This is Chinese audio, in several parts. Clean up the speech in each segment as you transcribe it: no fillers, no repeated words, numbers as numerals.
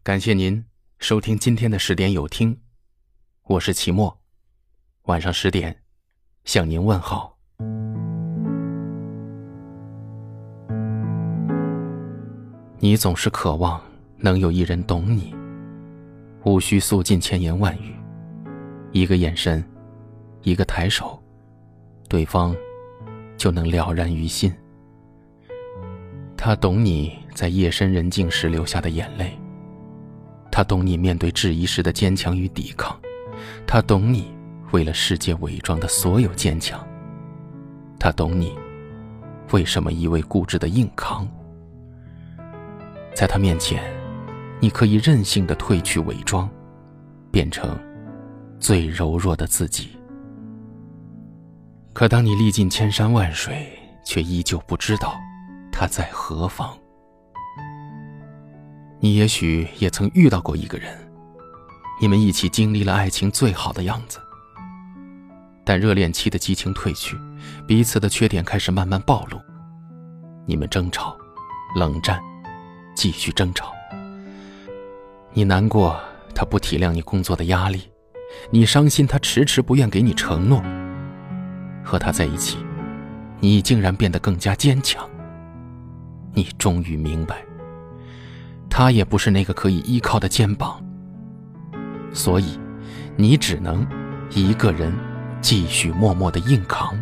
感谢您收听今天的10点有听，我是齐墨，晚上10点向您问好。你总是渴望能有一人懂你，无需诉尽千言万语，一个眼神，一个抬手，对方就能了然于心。他懂你在夜深人静时流下的眼泪，他懂你面对质疑时的坚强与抵抗，他懂你为了世界伪装的所有坚强，他懂你为什么一味固执的硬扛。在他面前，你可以任性地褪去伪装，变成最柔弱的自己。可当你历尽千山万水，却依旧不知道他在何方。你也许也曾遇到过一个人，你们一起经历了爱情最好的样子，但热恋期的激情褪去，彼此的缺点开始慢慢暴露，你们争吵、冷战，继续争吵。你难过他不体谅你工作的压力，你伤心他迟迟不愿给你承诺。和他在一起，你竟然变得更加坚强。你终于明白，他也不是那个可以依靠的肩膀，所以你只能一个人继续默默地硬扛。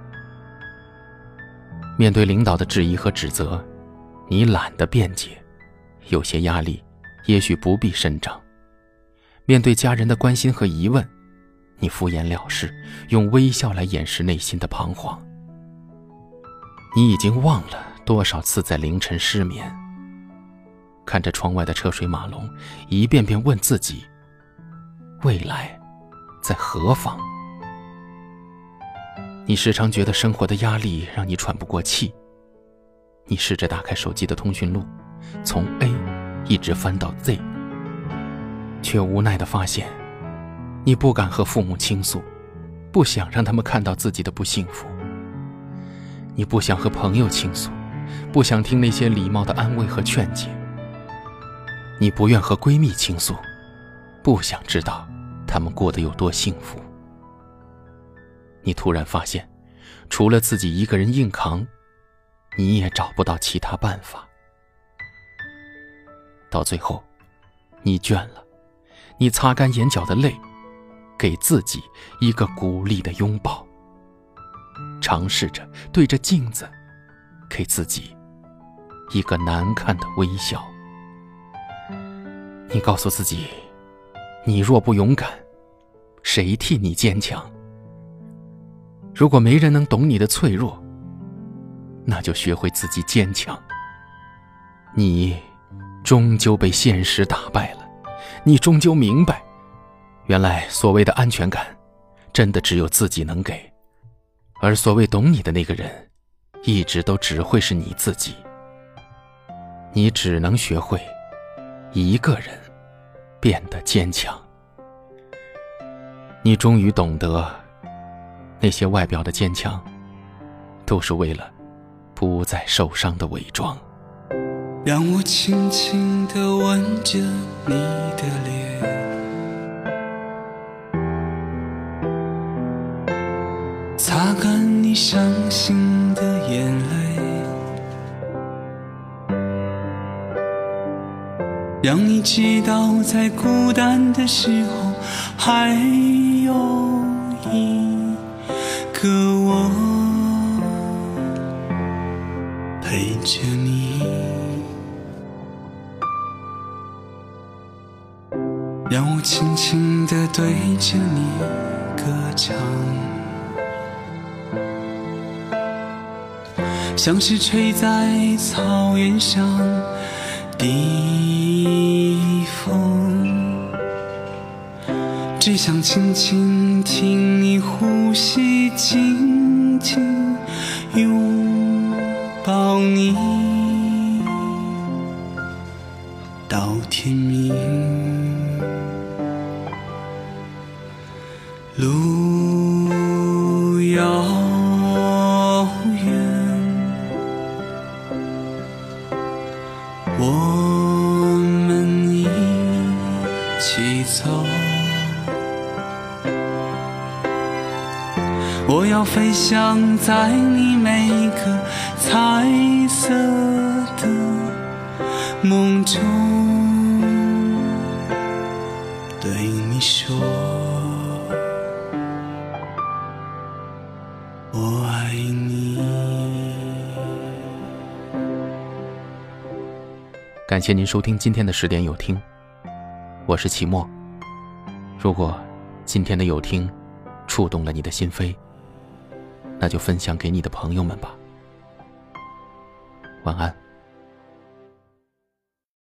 面对领导的质疑和指责，你懒得辩解，有些压力也许不必伸张。面对家人的关心和疑问，你敷衍了事，用微笑来掩饰内心的彷徨。你已经忘了多少次在凌晨失眠，看着窗外的车水马龙，一遍遍问自己，未来在何方？你时常觉得生活的压力让你喘不过气，你试着打开手机的通讯录，从 A 一直翻到 Z， 却无奈地发现，你不敢和父母倾诉，不想让他们看到自己的不幸福。你不想和朋友倾诉，不想听那些礼貌的安慰和劝解。你不愿和闺蜜倾诉，不想知道她们过得有多幸福。你突然发现，除了自己一个人硬扛，你也找不到其他办法。到最后，你倦了，你擦干眼角的泪，给自己一个鼓励的拥抱，尝试着对着镜子给自己一个难看的微笑。你告诉自己，你若不勇敢，谁替你坚强？如果没人能懂你的脆弱，那就学会自己坚强。你终究被现实打败了，你终究明白，原来所谓的安全感真的只有自己能给，而所谓懂你的那个人一直都只会是你自己。你只能学会一个人变得坚强。你终于懂得，那些外表的坚强都是为了不再受伤的伪装。 让我轻轻地吻着你的脸，擦干你伤心的眼泪，让你知道在孤单的时候还有一个我陪着你。让我轻轻地对着你歌唱，像是吹在草原上的风，只想轻轻听你呼吸，紧紧拥抱你到天明。路遥远，我们一走。我要飞翔在你每个彩色的梦中，对你说我爱你。 感谢您收听今天的10点有听，我是齐墨。如果今天的有听触动了你的心扉，那就分享给你的朋友们吧。晚安。